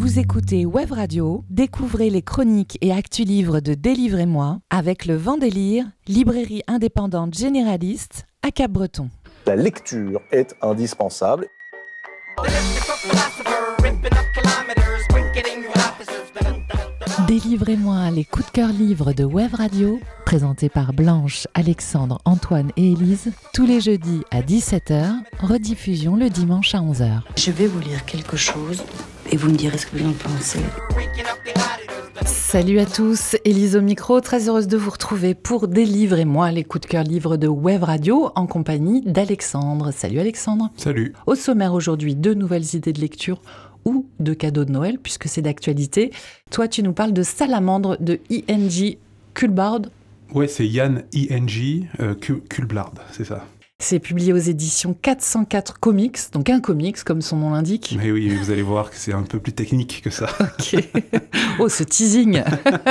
Vous écoutez Web Radio, découvrez les chroniques et actus livres de Délivrez-moi avec le Vendélire, librairie indépendante généraliste à Cap-Breton. La lecture est indispensable. Délivrez-moi les coups de cœur livres de Web Radio, présentés par Blanche, Alexandre, Antoine et Élise, tous les jeudis à 17h, rediffusion le dimanche à 11h. Je vais vous lire quelque chose et vous me direz ce que vous en pensez. Salut à tous, Élise au micro, très heureuse de vous retrouver pour Délivrez-moi les coups de cœur livres de Web Radio en compagnie d'Alexandre. Salut Alexandre. Salut. Au sommaire aujourd'hui, 2 nouvelles idées de lecture ou de cadeaux de Noël, puisque c'est d'actualité. Toi, tu nous parles de Salamandre de I.N.G. Culbard. Ouais, c'est Yann I.N.G. Culbard, c'est ça. C'est publié aux éditions 404 Comics, donc un comics comme son nom l'indique. Mais oui, vous allez voir que c'est un peu plus technique que ça. Ok. Oh, ce teasing.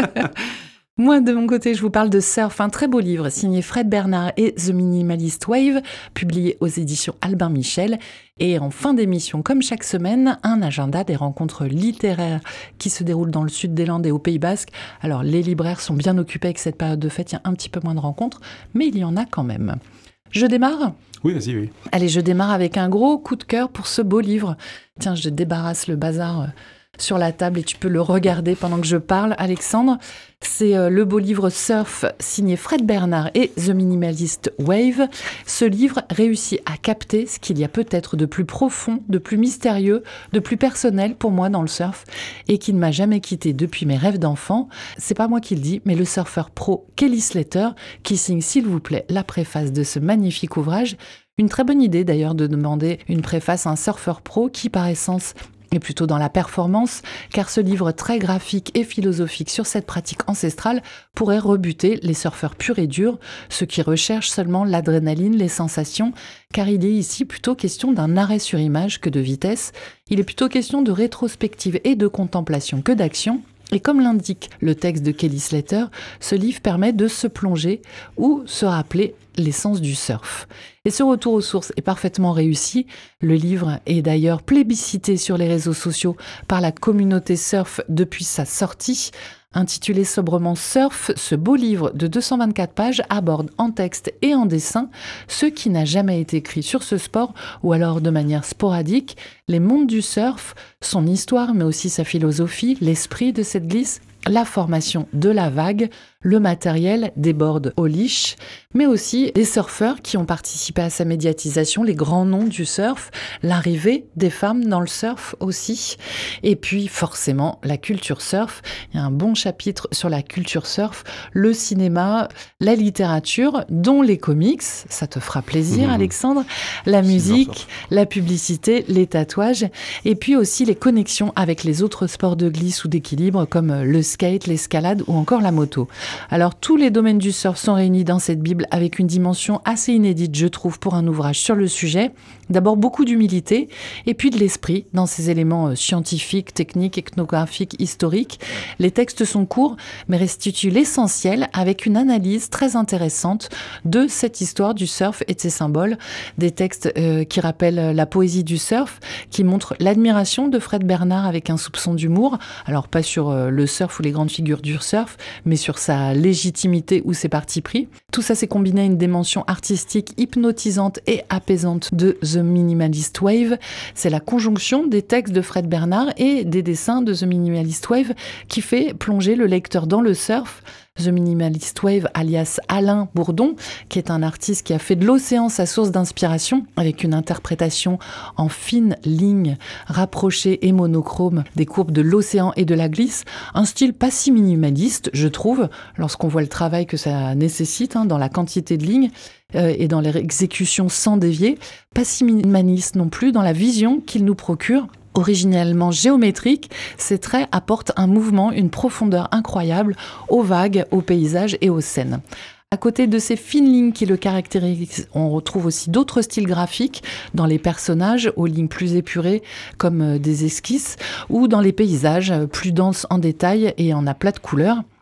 Moi, de mon côté, je vous parle de Surf, un très beau livre signé Fred Bernard et The Minimalist Wave, publié aux éditions Albin Michel. Et en fin d'émission, comme chaque semaine, un agenda des rencontres littéraires qui se déroulent dans le sud des Landes et au Pays Basque. Alors, les libraires sont bien occupés avec cette période de fête, il y a un petit peu moins de rencontres, mais il y en a quand même. Je démarre ? Oui, vas-y, oui. Allez, je démarre avec un gros coup de cœur pour ce beau livre. Tiens, je débarrasse le bazar sur la table et tu peux le regarder pendant que je parle, Alexandre. C'est le beau livre Surf signé Fred Bernard et The Minimalist Wave. Ce livre réussit à capter ce qu'il y a peut-être de plus profond, de plus mystérieux, de plus personnel pour moi dans le surf et qui ne m'a jamais quitté depuis mes rêves d'enfant. C'est pas moi qui le dis, mais le surfeur pro Kelly Slater qui signe s'il vous plaît la préface de ce magnifique ouvrage. Une très bonne idée d'ailleurs de demander une préface à un surfeur pro qui par essence est plutôt dans la performance, car ce livre très graphique et philosophique sur cette pratique ancestrale pourrait rebuter les surfeurs purs et durs, ceux qui recherchent seulement l'adrénaline, les sensations, car il est ici plutôt question d'un arrêt sur image que de vitesse, il est plutôt question de rétrospective et de contemplation que d'action. Et comme l'indique le texte de Kelly Slater, ce livre permet de se plonger ou se rappeler l'essence du surf. Et ce retour aux sources est parfaitement réussi. Le livre est d'ailleurs plébiscité sur les réseaux sociaux par la communauté surf depuis sa sortie. Intitulé sobrement Surf, ce beau livre de 224 pages aborde en texte et en dessin ce qui n'a jamais été écrit sur ce sport ou alors de manière sporadique, les mondes du surf, son histoire mais aussi sa philosophie, l'esprit de cette glisse, la formation de la vague, le matériel des boards au leash, mais aussi les surfeurs qui ont participé à sa médiatisation, les grands noms du surf, l'arrivée des femmes dans le surf aussi, et puis forcément la culture surf. Il y a un bon chapitre sur la culture surf, le cinéma, la littérature, dont les comics, ça te fera plaisir Alexandre, la musique, la publicité, les tatouages, et puis aussi les connexions avec les autres sports de glisse ou d'équilibre comme le skate, l'escalade ou encore la moto. Alors tous les domaines du surf sont réunis dans cette Bible avec une dimension assez inédite, je trouve, pour un ouvrage sur le sujet. D'abord beaucoup d'humilité et puis de l'esprit dans ces éléments scientifiques, techniques, ethnographiques, historiques. Les textes sont courts mais restituent l'essentiel avec une analyse très intéressante de cette histoire du surf et de ses symboles. Des textes qui rappellent la poésie du surf, qui montrent l'admiration de Fred Bernard avec un soupçon d'humour. Alors pas sur le surf ou les grandes figures du surf, mais sur sa légitimité ou ses partis pris. Tout ça s'est combiné à une dimension artistique hypnotisante et apaisante de The Minimalist Wave. C'est la conjonction des textes de Fred Bernard et des dessins de The Minimalist Wave qui fait plonger le lecteur dans le surf. The Minimalist Wave, alias Alain Bourdon, qui est un artiste qui a fait de l'océan sa source d'inspiration, avec une interprétation en fines lignes rapprochées et monochromes des courbes de l'océan et de la glisse. Un style pas si minimaliste, je trouve, lorsqu'on voit le travail que ça nécessite dans la quantité de lignes et dans leur exécution sans dévier. Pas si minimaliste non plus dans la vision qu'il nous procure. Originellement géométrique, ces traits apportent un mouvement, une profondeur incroyable aux vagues, aux paysages et aux scènes. À côté de ces fines lignes qui le caractérisent, on retrouve aussi d'autres styles graphiques dans les personnages, aux lignes plus épurées comme des esquisses, ou dans les paysages plus denses en détail et en aplat de couleurs.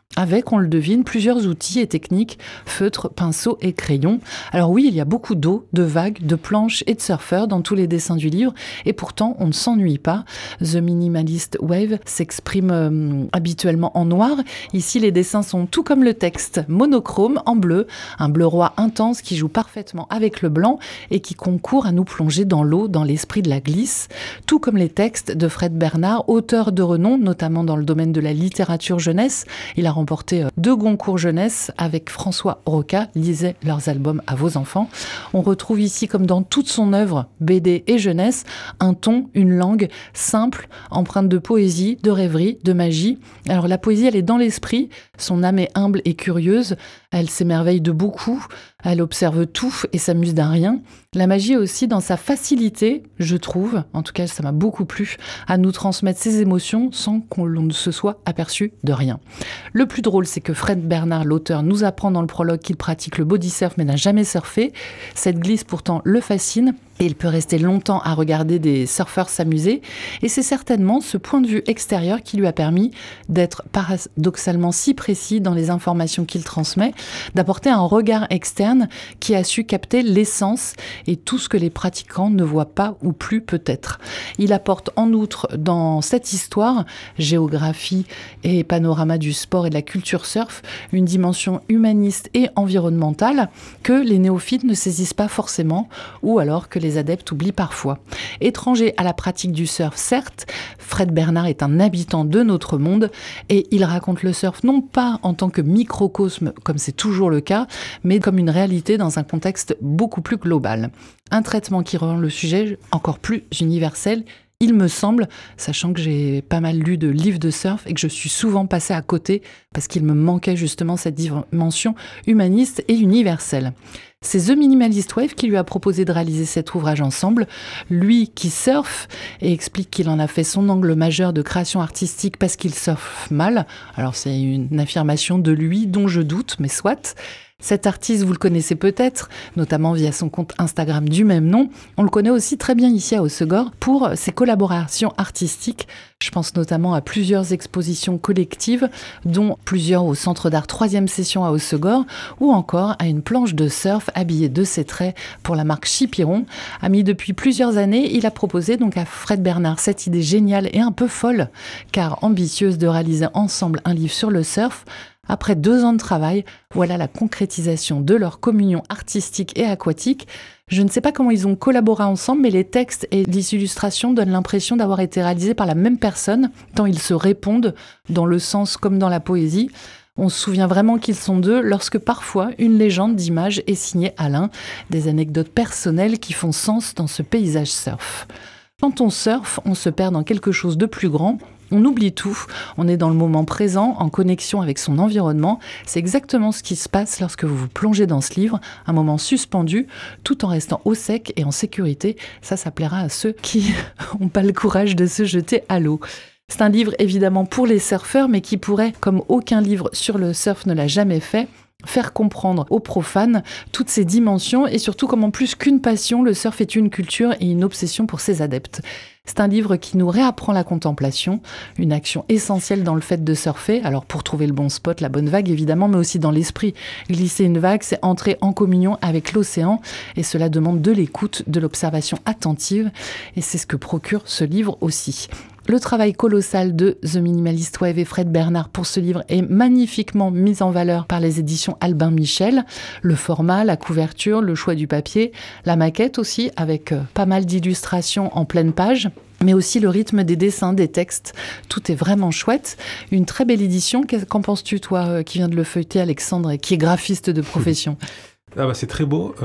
avec, on le devine, plusieurs outils et techniques, feutres, pinceaux et crayons. Alors oui, il y a beaucoup d'eau, de vagues, de planches et de surfeurs dans tous les dessins du livre, et pourtant on ne s'ennuie pas. The Minimalist Wave s'exprime habituellement en noir. Ici, les dessins sont tout comme le texte, monochrome, en bleu, un bleu roi intense qui joue parfaitement avec le blanc et qui concourt à nous plonger dans l'eau, dans l'esprit de la glisse, tout comme les textes de Fred Bernard, auteur de renom, notamment dans le domaine de la littérature jeunesse. Il a remporté 2 Goncourt jeunesse avec François Roca, lisez leurs albums à vos enfants. On retrouve ici, comme dans toute son œuvre, BD et jeunesse, un ton, une langue simple, empreinte de poésie, de rêverie, de magie. Alors la poésie, elle est dans l'esprit, son âme est humble et curieuse, elle s'émerveille de beaucoup, elle observe tout et s'amuse d'un rien. La magie est aussi dans sa facilité, je trouve, en tout cas ça m'a beaucoup plu, à nous transmettre ses émotions sans qu'on ne se soit aperçu de rien. Le plus drôle, c'est que Fred Bernard, l'auteur, nous apprend dans le prologue qu'il pratique le body surf mais n'a jamais surfé. Cette glisse pourtant le fascine. Et il peut rester longtemps à regarder des surfeurs s'amuser. Et c'est certainement ce point de vue extérieur qui lui a permis d'être paradoxalement si précis dans les informations qu'il transmet, d'apporter un regard externe qui a su capter l'essence et tout ce que les pratiquants ne voient pas ou plus peut-être. Il apporte en outre dans cette histoire, géographie et panorama du sport et de la culture surf, une dimension humaniste et environnementale que les néophytes ne saisissent pas forcément, ou alors que les adeptes oublient parfois. Étranger à la pratique du surf, certes, Fred Bernard est un habitant de notre monde et il raconte le surf non pas en tant que microcosme, comme c'est toujours le cas, mais comme une réalité dans un contexte beaucoup plus global. Un traitement qui rend le sujet encore plus universel, il me semble, sachant que j'ai pas mal lu de livres de surf et que je suis souvent passée à côté parce qu'il me manquait justement cette dimension humaniste et universelle. C'est The Minimalist Wave qui lui a proposé de réaliser cet ouvrage ensemble. Lui qui surfe et explique qu'il en a fait son angle majeur de création artistique parce qu'il surfe mal. Alors c'est une affirmation de lui dont je doute, mais soit. Cet artiste, vous le connaissez peut-être, notamment via son compte Instagram du même nom. On le connaît aussi très bien ici à Hossegor pour ses collaborations artistiques. Je pense notamment à plusieurs expositions collectives, dont plusieurs au Centre d'art 3e session à Hossegor, ou encore à une planche de surf habillée de ses traits pour la marque Chipiron. Ami depuis plusieurs années, il a proposé donc à Fred Bernard cette idée géniale et un peu folle, car ambitieuse, de réaliser ensemble un livre sur le surf. Après 2 ans de travail, voilà la concrétisation de leur communion artistique et aquatique. Je ne sais pas comment ils ont collaboré ensemble, mais les textes et les illustrations donnent l'impression d'avoir été réalisés par la même personne, tant ils se répondent dans le sens comme dans la poésie. On se souvient vraiment qu'ils sont 2 lorsque parfois une légende d'image est signée Alain, des anecdotes personnelles qui font sens dans ce paysage surf. Quand on surfe, on se perd dans quelque chose de plus grand. On oublie tout, on est dans le moment présent, en connexion avec son environnement. C'est exactement ce qui se passe lorsque vous vous plongez dans ce livre, un moment suspendu, tout en restant au sec et en sécurité. Ça plaira à ceux qui n'ont pas le courage de se jeter à l'eau. C'est un livre évidemment pour les surfeurs, mais qui pourrait, comme aucun livre sur le surf ne l'a jamais fait, faire comprendre aux profanes toutes ces dimensions et surtout comment plus qu'une passion, le surf est une culture et une obsession pour ses adeptes. C'est un livre qui nous réapprend la contemplation, une action essentielle dans le fait de surfer, alors pour trouver le bon spot, la bonne vague évidemment, mais aussi dans l'esprit. Glisser une vague, c'est entrer en communion avec l'océan et cela demande de l'écoute, de l'observation attentive et c'est ce que procure ce livre aussi. Le travail colossal de The Minimalist Wave et Fred Bernard pour ce livre est magnifiquement mis en valeur par les éditions Albin Michel. Le format, la couverture, le choix du papier, la maquette aussi, avec pas mal d'illustrations en pleine page, mais aussi le rythme des dessins, des textes. Tout est vraiment chouette. Une très belle édition. Qu'en penses-tu, toi, qui viens de le feuilleter, Alexandre, et qui est graphiste de profession ? C'est très beau.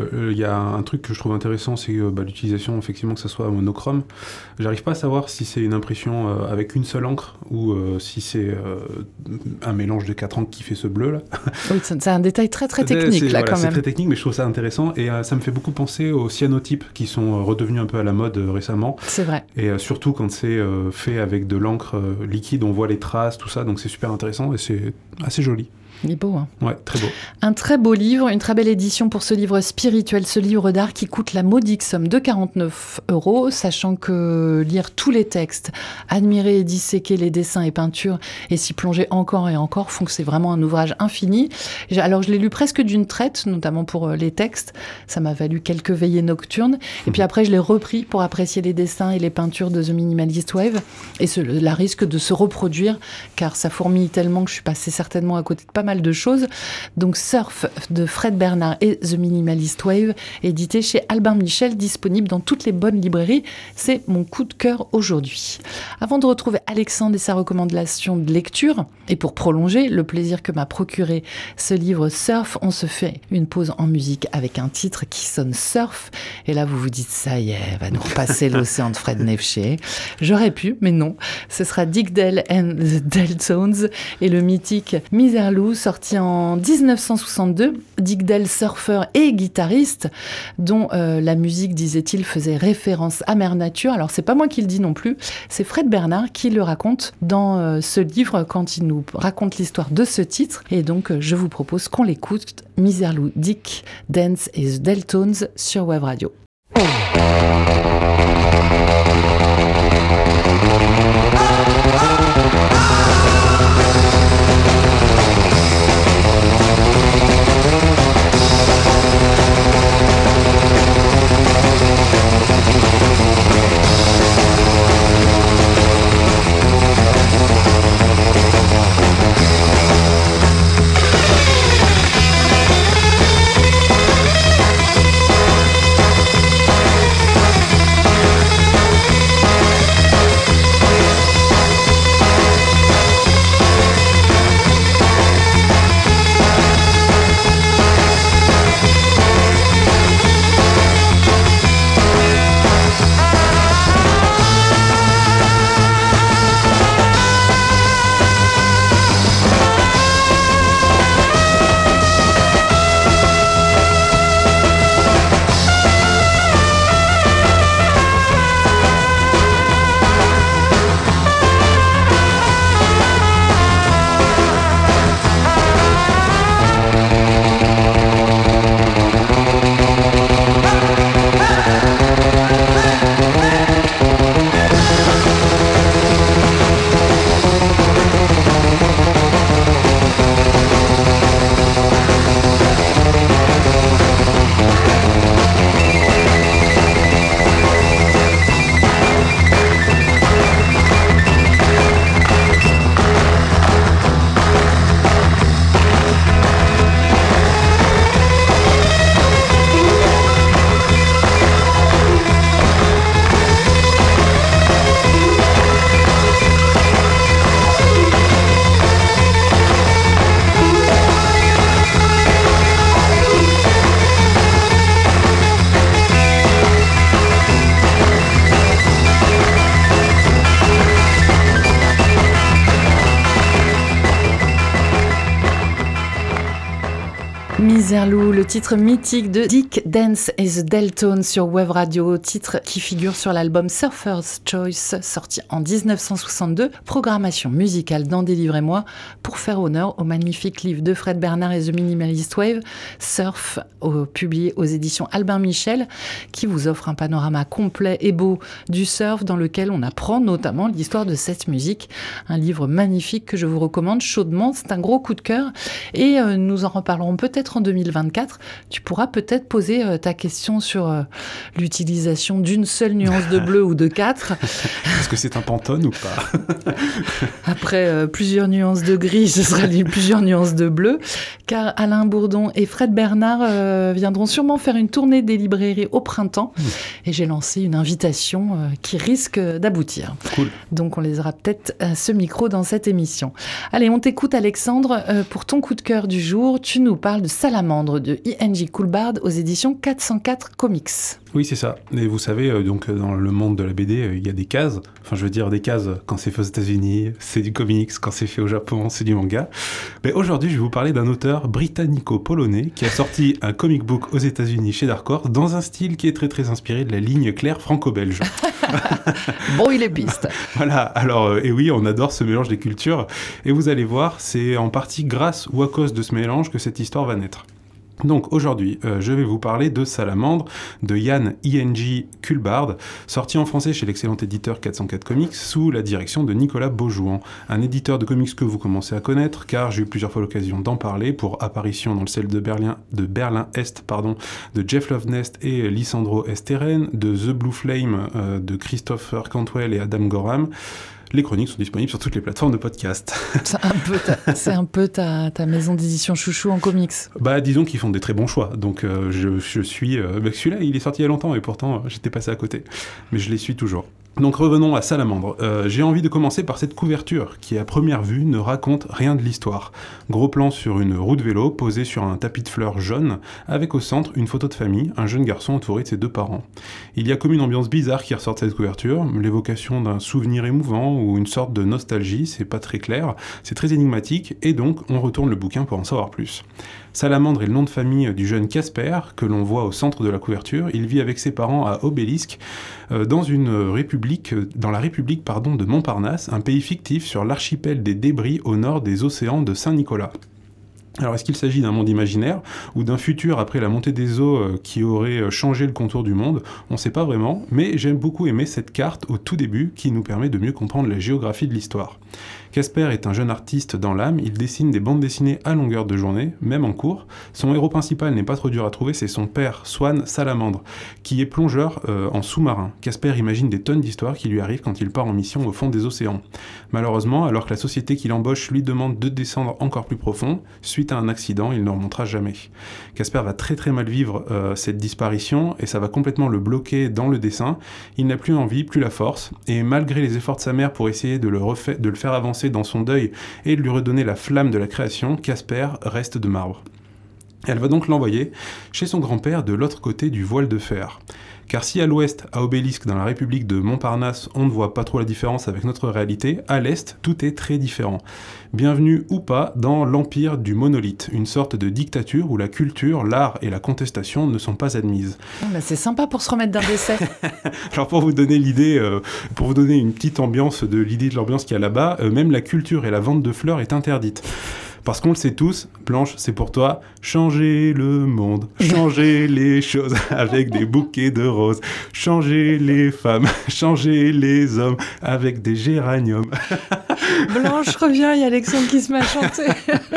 Y a un truc que je trouve intéressant, c'est l'utilisation, effectivement, que ça soit monochrome. J'arrive pas à savoir si c'est une impression avec une seule encre ou si c'est un mélange de 4 encres qui fait ce bleu-là. Oui, c'est un détail très très technique, là, quand même. C'est très technique, mais je trouve ça intéressant. Et ça me fait beaucoup penser aux cyanotypes qui sont redevenus un peu à la mode récemment. C'est vrai. Et surtout quand c'est fait avec de l'encre liquide, on voit les traces, tout ça. Donc c'est super intéressant et c'est assez joli. Il est beau, hein. Ouais, très beau. Un très beau livre, une très belle édition pour ce livre spirituel, ce livre d'art qui coûte la modique somme de 49 €, sachant que lire tous les textes, admirer et disséquer les dessins et peintures, et s'y plonger encore et encore, font que c'est vraiment un ouvrage infini. Alors je l'ai lu presque d'une traite, notamment pour les textes, ça m'a valu quelques veillées nocturnes, et puis après je l'ai repris pour apprécier les dessins et les peintures de The Minimalist Wave, et cela risque de se reproduire, car ça fourmille tellement que je suis passée certainement à côté de pas mal de choses. Donc Surf de Fred Bernard et The Minimalist Wave, édité chez Albin Michel, disponible dans toutes les bonnes librairies. C'est mon coup de cœur aujourd'hui. Avant de retrouver Alexandre et sa recommandation de lecture, et pour prolonger le plaisir que m'a procuré ce livre Surf, on se fait une pause en musique avec un titre qui sonne surf. Et là, vous vous dites, ça y est, va nous repasser l'océan de Fred Neefshay. J'aurais pu, mais non. Ce sera Dick Dale and the Deltones et le mythique Miserlou, sorti en 1962. Dick Dale, surfeur et guitariste, dont la musique, disait-il, faisait référence à Mère Nature. Alors, c'est pas moi qui le dis non plus, c'est Fred Bernard qui le raconte dans ce livre quand il nous raconte l'histoire de ce titre. Et donc, je vous propose qu'on l'écoute. Miserlou, Dick Dance et the Deltones sur Web Radio. Miserlou, le titre mythique de Dick Dance et the Deltones sur Web Radio, titre qui figure sur l'album Surfer's Choice, sorti en 1962, programmation musicale dans Délivrez-moi, pour faire honneur au magnifique livre de Fred Bernard et The Minimalist Wave, Surf, publié aux éditions Albin Michel, qui vous offre un panorama complet et beau du surf, dans lequel on apprend notamment l'histoire de cette musique. Un livre magnifique que je vous recommande chaudement, c'est un gros coup de cœur, et nous en reparlerons peut-être en 2024. Tu pourras peut-être poser ta question sur l'utilisation d'une seule nuance de bleu ou de 4. Est-ce que c'est un Pantone ou pas? Après plusieurs nuances de gris, ce sera plusieurs nuances de bleu, car Alain Bourdon et Fred Bernard viendront sûrement faire une tournée des librairies au printemps, et j'ai lancé une invitation qui risque d'aboutir. Cool. Donc on les aura peut-être à ce micro dans cette émission. Allez, on t'écoute Alexandre, pour ton coup de cœur du jour. Tu nous parles de Salamandre de I.N.J. Coolbard aux éditions 404 Comics. Oui, c'est ça. Et vous savez, donc dans le monde de la BD, il y a des cases. Enfin, je veux dire des cases quand c'est fait aux États-Unis, c'est du comics. Quand c'est fait au Japon, c'est du manga. Mais aujourd'hui, je vais vous parler d'un auteur britannico-polonais qui a sorti un comic book aux États-Unis chez Dark Horse dans un style qui est très très inspiré de la ligne claire franco-belge. Bon, il est piste. Voilà. Alors, et oui, on adore ce mélange des cultures. Et vous allez voir, c'est en partie grâce ou à cause de ce mélange que cette histoire va naître. Donc aujourd'hui, je vais vous parler de Salamandre de Jan I.N.G. Culbard, sorti en français chez l'excellent éditeur 404 Comics sous la direction de Nicolas Beaujouan, un éditeur de comics que vous commencez à connaître car j'ai eu plusieurs fois l'occasion d'en parler pour apparition dans le ciel de Berlin-Est de Jeff Lovenest et Lisandro Esteren, de The Blue Flame de Christopher Cantwell et Adam Gorham. Les chroniques sont disponibles sur toutes les plateformes de podcast. C'est un peu ta maison d'édition chouchou en comics. Bah, disons qu'ils font des très bons choix. Donc, je suis... celui-là, il est sorti il y a longtemps et pourtant, j'étais passé à côté. Mais je les suis toujours. Donc revenons à Salamandre. J'ai envie de commencer par cette couverture qui à première vue ne raconte rien de l'histoire. Gros plan sur une roue de vélo posée sur un tapis de fleurs jaune avec au centre une photo de famille, un jeune garçon entouré de ses 2 parents. Il y a comme une ambiance bizarre qui ressort de cette couverture, l'évocation d'un souvenir émouvant ou une sorte de nostalgie, c'est pas très clair, c'est très énigmatique et donc on retourne le bouquin pour en savoir plus. Salamandre est le nom de famille du jeune Casper, que l'on voit au centre de la couverture. Il vit avec ses parents à Obélisque, dans la république de Montparnasse, un pays fictif sur l'archipel des Débris au nord des océans de Saint-Nicolas. Alors est-ce qu'il s'agit d'un monde imaginaire ou d'un futur après la montée des eaux qui aurait changé le contour du monde? On ne sait pas vraiment, mais j'aime beaucoup aimer cette carte au tout début qui nous permet de mieux comprendre la géographie de l'histoire. Casper est un jeune artiste dans l'âme, il dessine des bandes dessinées à longueur de journée, même en cours. Son héros principal n'est pas trop dur à trouver, c'est son père, Swan Salamandre, qui est plongeur en sous-marin. Casper imagine des tonnes d'histoires qui lui arrivent quand il part en mission au fond des océans. Malheureusement, alors que la société qui l'embauche lui demande de descendre encore plus profond, suite à un accident, il ne remontera jamais. Casper va très très mal vivre cette disparition et ça va complètement le bloquer dans le dessin. Il n'a plus envie, plus la force, et malgré les efforts de sa mère pour essayer de le faire avancer dans son deuil et de lui redonner la flamme de la création, Casper reste de marbre. Elle va donc l'envoyer chez son grand-père de l'autre côté du voile de fer. Car si à l'ouest, à Obélisque, dans la République de Montparnasse, on ne voit pas trop la différence avec notre réalité, à l'est, tout est très différent. Bienvenue ou pas dans l'empire du monolithe, une sorte de dictature où la culture, l'art et la contestation ne sont pas admises. C'est sympa pour se remettre d'un décès. Alors pour vous donner l'idée, pour vous donner une petite ambiance de l'idée de l'ambiance qu'il y a là-bas, même la culture et la vente de fleurs est interdite. Parce qu'on le sait tous, Blanche, c'est pour toi, changer le monde, changer les choses avec des bouquets de roses, changer les femmes, changer les hommes avec des géraniums. Blanche, reviens, il y a Alexandre qui se met à chanter.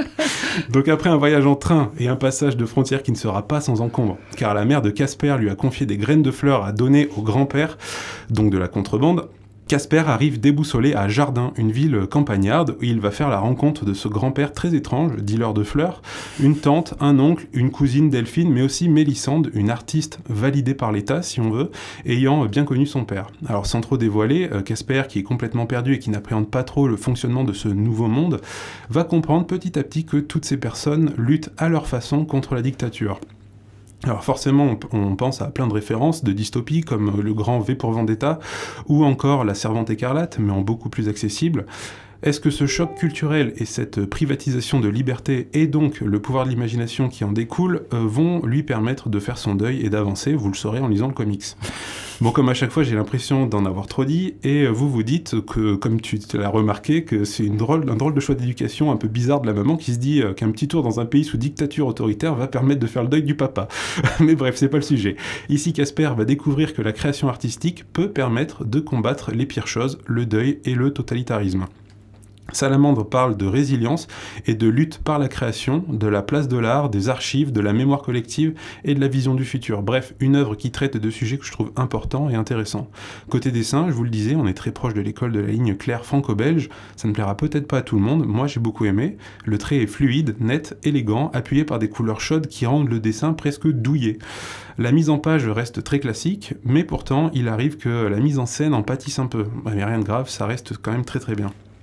Donc après un voyage en train et un passage de frontière qui ne sera pas sans encombre, car la mère de Casper lui a confié des graines de fleurs à donner au grand-père, donc de la contrebande, Casper arrive déboussolé à Jardin, une ville campagnarde, où il va faire la rencontre de ce grand-père très étrange, dealer de fleurs, une tante, un oncle, une cousine Delphine, mais aussi Mélissande, une artiste validée par l'État, si on veut, ayant bien connu son père. Alors sans trop dévoiler, Casper, qui est complètement perdu et qui n'appréhende pas trop le fonctionnement de ce nouveau monde, va comprendre petit à petit que toutes ces personnes luttent à leur façon contre la dictature. Alors forcément, on pense à plein de références de dystopie comme le grand V pour Vendetta ou encore La Servante écarlate, mais en beaucoup plus accessible. Est-ce que ce choc culturel et cette privatisation de liberté et donc le pouvoir de l'imagination qui en découle vont lui permettre de faire son deuil et d'avancer? Vous le saurez en lisant le comics. Bon, comme à chaque fois, j'ai l'impression d'en avoir trop dit, et vous dites que, comme tu l'as remarqué, que c'est un drôle de choix d'éducation un peu bizarre de la maman qui se dit qu'un petit tour dans un pays sous dictature autoritaire va permettre de faire le deuil du papa. Mais bref, c'est pas le sujet. Ici, Casper va découvrir que la création artistique peut permettre de combattre les pires choses, le deuil et le totalitarisme. Salamandre parle de résilience et de lutte par la création, de la place de l'art, des archives, de la mémoire collective et de la vision du futur. Bref, une œuvre qui traite de sujets que je trouve importants et intéressants. Côté dessin, je vous le disais, on est très proche de l'école de la ligne claire franco-belge. Ça ne plaira peut-être pas à tout le monde, moi j'ai beaucoup aimé. Le trait est fluide, net, élégant, appuyé par des couleurs chaudes qui rendent le dessin presque douillet. La mise en page reste très classique, mais pourtant il arrive que la mise en scène en pâtisse un peu. Mais rien de grave, ça reste quand même très très bien.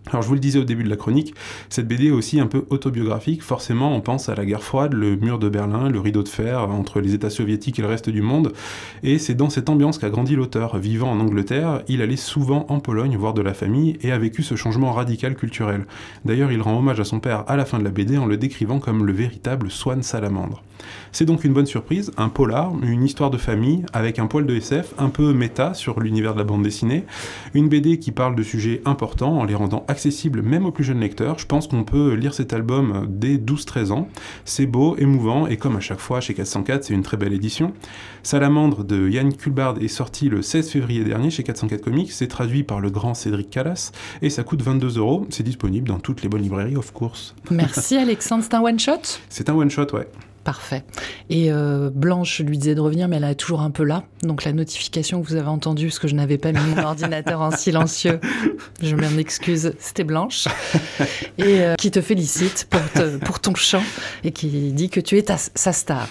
Alors je vous le disais au début de la chronique, cette BD est aussi un peu autobiographique. Forcément, on pense à la guerre froide, le mur de Berlin, le rideau de fer entre les États soviétiques et le reste du monde. Et c'est dans cette ambiance qu'a grandi l'auteur. Vivant en Angleterre, il allait souvent en Pologne voir de la famille et a vécu ce changement radical culturel. D'ailleurs, il rend hommage à son père à la fin de la BD en le décrivant comme le véritable Swan Salamandre. C'est donc une bonne surprise, un polar, une histoire de famille avec un poil de SF, un peu méta sur l'univers de la bande dessinée, une BD qui parle de sujets importants en les rendant accessibles même aux plus jeunes lecteurs. Je pense qu'on peut lire cet album dès 12-13 ans. C'est beau, émouvant et comme à chaque fois chez 404, c'est une très belle édition. Salamandre de Yann Kulbard est sorti le 16 février dernier chez 404 Comics, c'est traduit par le grand Cédric Callas et ça coûte 22€. C'est disponible dans toutes les bonnes librairies of course. Merci Alexandre, c'est un one-shot ? C'est un one-shot, ouais. Parfait. Et Blanche lui disait de revenir, mais elle est toujours un peu là. Donc la notification que vous avez entendue, parce que je n'avais pas mis mon ordinateur en silencieux, je m'en excuse, c'était Blanche. Et qui te félicite pour ton chant et qui dit que tu es sa star.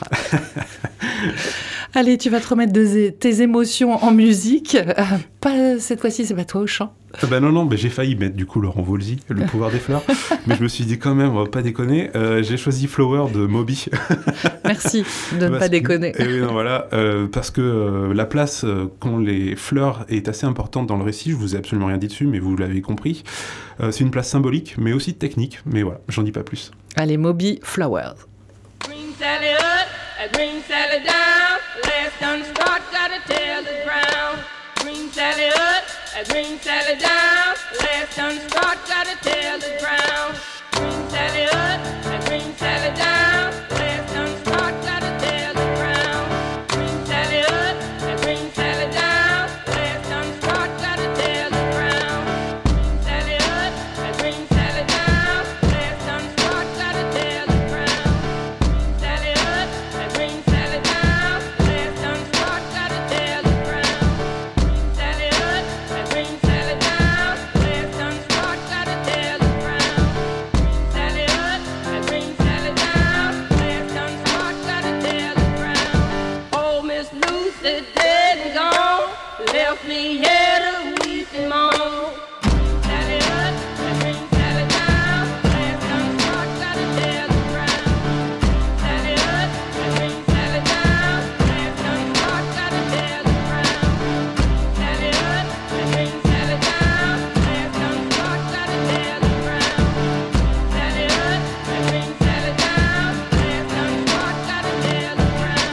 Allez, tu vas te remettre tes émotions en musique. Pas cette fois-ci, c'est pas toi au chant. Non, j'ai failli mettre du coup Laurent Voulzy, Le pouvoir des fleurs, mais je me suis dit quand même, on va pas déconner, j'ai choisi Flower de Moby. Merci de ne pas déconner. Et oui, non, voilà, parce que la place qu'ont les fleurs est assez importante dans le récit, je vous ai absolument rien dit dessus, mais vous l'avez compris. C'est une place symbolique, mais aussi technique, mais voilà, j'en dis pas plus. Allez, Moby, Flowers. Green Sally up, a green Sally down, last done start, gotta tell the ground. Green Sally up, a green Sally down, last done start, gotta tell the ground. Green Sally up, a green Sally down, last done start, gotta tell the ground. Green Sally up, a green Sally down, last done start, gotta tell the ground. Green Sally up, a green Sally down, last done start, gotta tell the ground. Green Sally up, a green Sally down, last done start, gotta tell the ground. Green Sally up, a green Sally down, last done start, gotta tell the ground. Green Sally up, a green Sally down, last done start, gotta tell the ground. Oh, Miss Lucy dead and gone, left me here to weep and moan. Green Sally up, a green Sally down, last done start, gotta tell the ground. Green Sally up, a green Sally down, last done start, gotta tell the ground. Green Sally up, a green Sally down, last done start, gotta tell the ground. Green Sally up, a green Sally down, last done start, gotta tell the ground.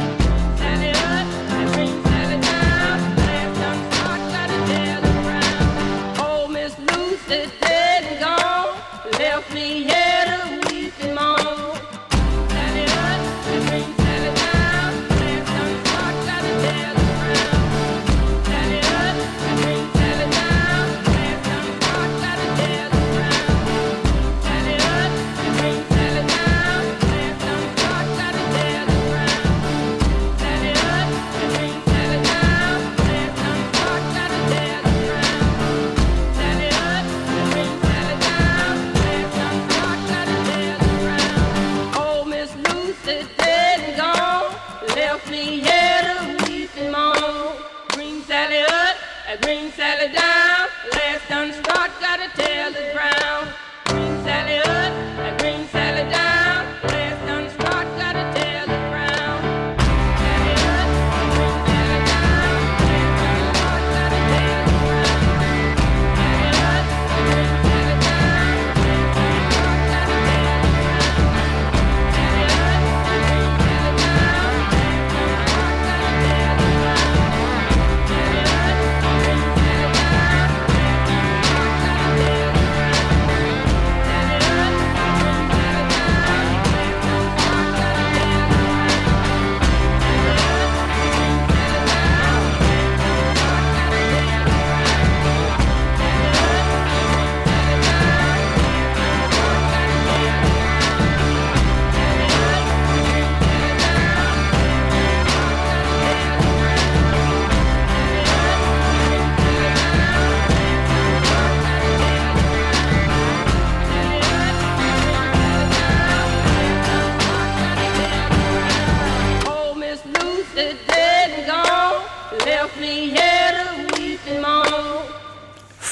Sally up, a green Sally down, last done start, gotta tell the ground. Oh, Miss Lucy dead and gone, left me here to weep and moan. Sally up, a green Sally down, last done start, gotta tell the ground. Sally up, a green Sally down, last done start, gotta tell the ground. Sally up, a green Sally down, last done start, gotta tell the ground. Sally up, a green Sally down, last done start, gotta tell the ground. Sally up, a green Sally down, last done start, gotta tell the ground. Oh, Miss Lucy dead and gone, left me here to weep and moan. Green Sally up, a green Sally down, last done start, gotta tell the ground. Green Sally up, a green Sally down, last done start, gotta tell the ground. Sally up, a green Sally down, last done start, gotta tell the ground. Sally up, a green Sally down, last done start, gotta tell the ground. Sally up, a green Sally down, last done start, gotta tell the ground. Sally up, a green Sally down, last done start, gotta tell the ground.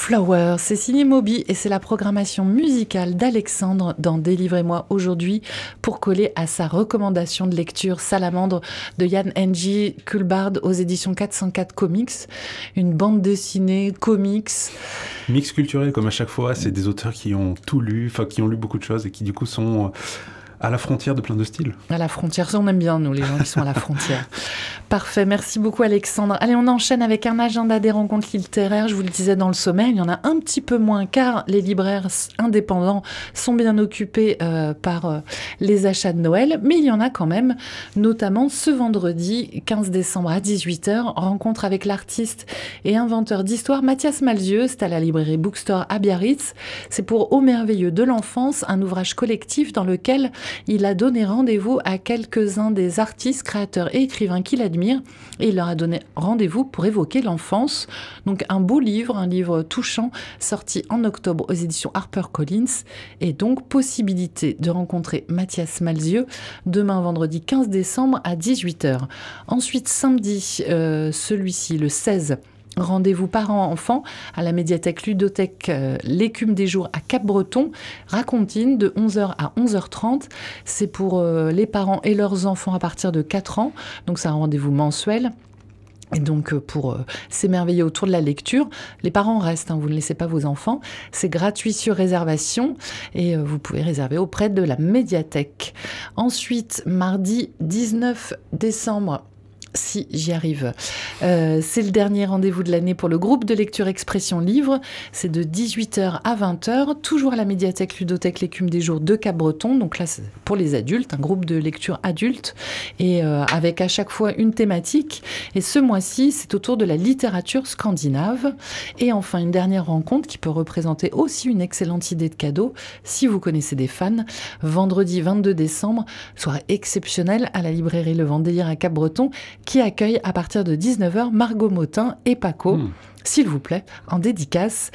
Flower, c'est signé Moby et c'est la programmation musicale d'Alexandre dans Délivrez-moi aujourd'hui pour coller à sa recommandation de lecture Salamandre de Jan N.J. Kulbard aux éditions 404 Comics. Une bande dessinée, comics. Mix culturel comme à chaque fois, c'est des auteurs qui ont tout lu, enfin qui ont lu beaucoup de choses et qui du coup sont à la frontière de plein de styles. À la frontière, ça on aime bien nous les gens qui sont à la frontière. Parfait, merci beaucoup Alexandre. Allez, on enchaîne avec un agenda des rencontres littéraires. Je vous le disais dans le sommaire, il y en a un petit peu moins car les libraires indépendants sont bien occupés par les achats de Noël. Mais il y en a quand même, notamment ce vendredi 15 décembre à 18h, rencontre avec l'artiste et inventeur d'histoire Mathias Malzieu. C'est à la librairie Bookstore à Biarritz. C'est pour Au merveilleux de l'enfance, un ouvrage collectif dans lequel il a donné rendez-vous à quelques-uns des artistes, créateurs et écrivains qu'il admire. Et il leur a donné rendez-vous pour évoquer l'enfance. Donc un beau livre, un livre touchant, sorti en octobre aux éditions HarperCollins. Et donc possibilité de rencontrer Mathias Malzieu demain vendredi 15 décembre à 18h. Ensuite samedi, celui-ci le 16, rendez-vous parents-enfants à la médiathèque ludothèque L'écume des jours à Cap-Breton, racontine de 11h à 11h30. C'est pour les parents et leurs enfants à partir de 4 ans. Donc c'est un rendez-vous mensuel. Et donc pour s'émerveiller autour de la lecture, les parents restent, vous ne laissez pas vos enfants. C'est gratuit sur réservation et vous pouvez réserver auprès de la médiathèque. Ensuite, mardi 19 décembre, si j'y arrive. C'est le dernier rendez-vous de l'année pour le groupe de lecture Expression Livre. C'est de 18h à 20h, toujours à la médiathèque ludothèque L'écume des jours de Cap-Breton. Donc là, c'est pour les adultes, un groupe de lecture adulte, et avec à chaque fois une thématique. Et ce mois-ci, c'est autour de la littérature scandinave. Et enfin, une dernière rencontre qui peut représenter aussi une excellente idée de cadeau, si vous connaissez des fans. Vendredi 22 décembre, soirée exceptionnelle à la librairie Le Vendélier à Cap-Breton, qui accueille à partir de 19h Margot Motin et Paco. S'il vous plaît, en dédicace,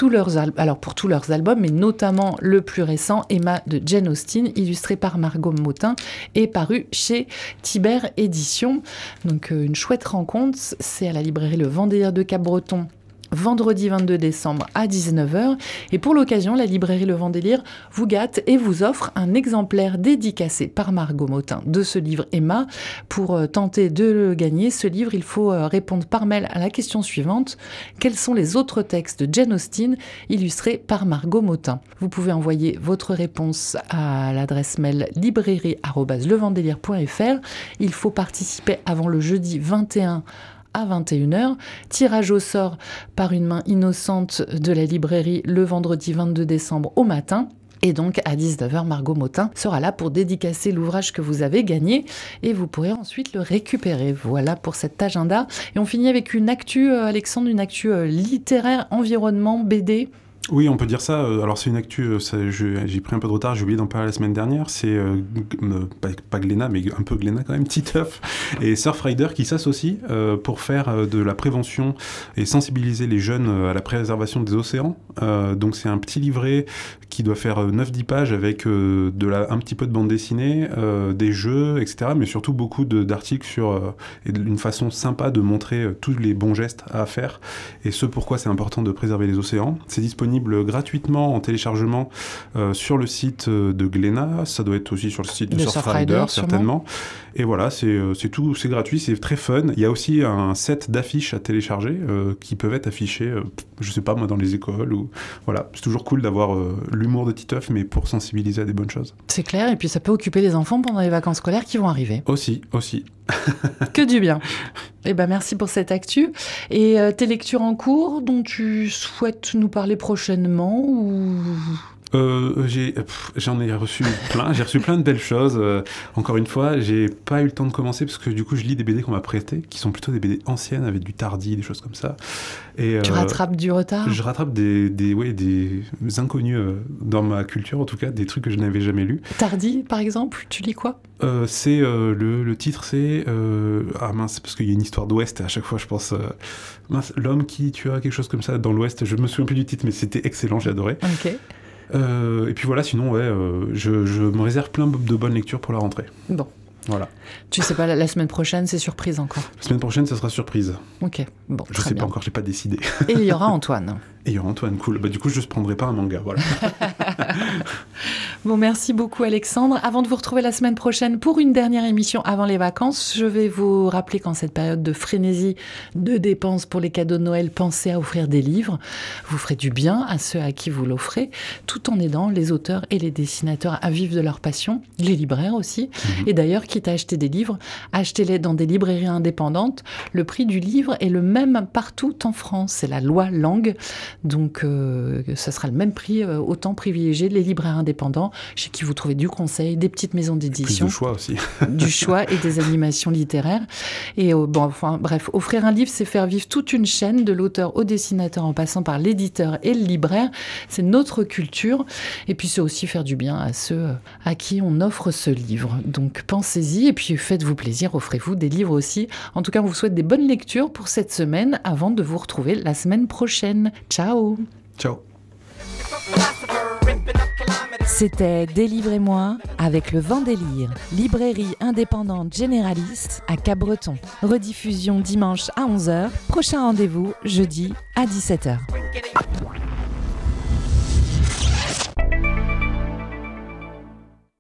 alors pour tous leurs albums, mais notamment le plus récent, Emma de Jane Austen, illustré par Margot Motin et paru chez Tibère Éditions. Donc une chouette rencontre, c'est à la librairie Le Vendélier de Cap-Breton, vendredi 22 décembre à 19h. Et pour l'occasion, la librairie Le Vendélier vous gâte et vous offre un exemplaire dédicacé par Margot Motin de ce livre Emma. Pour tenter de le gagner, ce livre, il faut répondre par mail à la question suivante. Quels sont les autres textes de Jane Austen illustrés par Margot Motin? Vous pouvez envoyer votre réponse à l'adresse mail librairie@levendelier.fr. Il faut participer avant le jeudi 21 à 21h, tirage au sort par une main innocente de la librairie le vendredi 22 décembre au matin. Et donc, à 19h, Margot Motin sera là pour dédicacer l'ouvrage que vous avez gagné et vous pourrez ensuite le récupérer. Voilà pour cet agenda. Et on finit avec une actu, Alexandre, une actu littéraire, environnement, BD. Oui, on peut dire ça. Alors, c'est une actu, j'ai pris un peu de retard, j'ai oublié d'en parler la semaine dernière. C'est pas Glénat, mais un peu Glénat quand même, Titeuf et Surfrider qui s'associent pour faire de la prévention et sensibiliser les jeunes à la préservation des océans. Donc, c'est un petit livret qui doit faire 9-10 pages avec un petit peu de bande dessinée, des jeux, etc. Mais surtout beaucoup d'articles sur une façon sympa de montrer tous les bons gestes à faire et ce pourquoi c'est important de préserver les océans. C'est disponible gratuitement en téléchargement sur le site de Glénat, ça doit être aussi sur le site de Surfrider certainement. Et voilà, c'est tout, c'est gratuit, c'est très fun. Il y a aussi un set d'affiches à télécharger qui peuvent être affichées, je sais pas moi, dans les écoles ou voilà. C'est toujours cool d'avoir l'humour de Titeuf, mais pour sensibiliser à des bonnes choses. C'est clair, et puis ça peut occuper les enfants pendant les vacances scolaires qui vont arriver. Aussi. Que du bien. Eh ben merci pour cette actu. Et tes lectures en cours dont tu souhaites nous parler prochainement ou... J'en ai reçu plein, j'ai reçu plein de belles choses. Encore une fois, j'ai pas eu le temps de commencer parce que du coup je lis des BD qu'on m'a prêtés, qui sont plutôt des BD anciennes avec du Tardy, des choses comme ça. Et, tu rattrapes du retard? Je rattrape des inconnus dans ma culture, en tout cas, des trucs que je n'avais jamais lus. Tardy, par exemple, tu lis quoi? C'est le titre, c'est mince, parce qu'il y a une histoire d'Ouest à chaque fois, je pense. L'homme qui tua quelque chose comme ça dans l'Ouest. Je me souviens plus du titre, mais c'était excellent, j'ai adoré. Ok. Et puis voilà, sinon, je me réserve plein de bonnes lectures pour la rentrée. Bon. Voilà. Tu sais pas, la semaine prochaine, c'est surprise encore. La semaine prochaine, ça sera surprise. Ok, bon, je sais pas encore, j'ai pas décidé. Et il y aura Antoine. Et il y aura Antoine, cool. Du coup, je ne prendrai pas un manga, voilà. Bon, merci beaucoup Alexandre. Avant de vous retrouver la semaine prochaine pour une dernière émission avant les vacances, je vais vous rappeler qu'en cette période de frénésie, de dépenses pour les cadeaux de Noël, pensez à offrir des livres. Vous ferez du bien à ceux à qui vous l'offrez, tout en aidant les auteurs et les dessinateurs à vivre de leur passion, les libraires aussi. Et d'ailleurs, quitte à acheter des livres, achetez-les dans des librairies indépendantes. Le prix du livre est le même partout en France. C'est la loi Langue. Donc, ça sera le même prix, autant privilégier les libraires indépendants, chez qui vous trouvez du conseil, des petites maisons d'édition. Plus de choix aussi. Du choix et des animations littéraires. Et bref, offrir un livre, c'est faire vivre toute une chaîne, de l'auteur au dessinateur en passant par l'éditeur et le libraire. C'est notre culture. Et puis, c'est aussi faire du bien à ceux à qui on offre ce livre. Donc, pensez-y et puis faites-vous plaisir, offrez-vous des livres aussi. En tout cas, on vous souhaite des bonnes lectures pour cette semaine avant de vous retrouver la semaine prochaine. Ciao. Ciao. C'était Délivrez-moi avec le Vendélire, librairie indépendante généraliste à Cap-Breton. Rediffusion dimanche à 11h, prochain rendez-vous jeudi à 17h.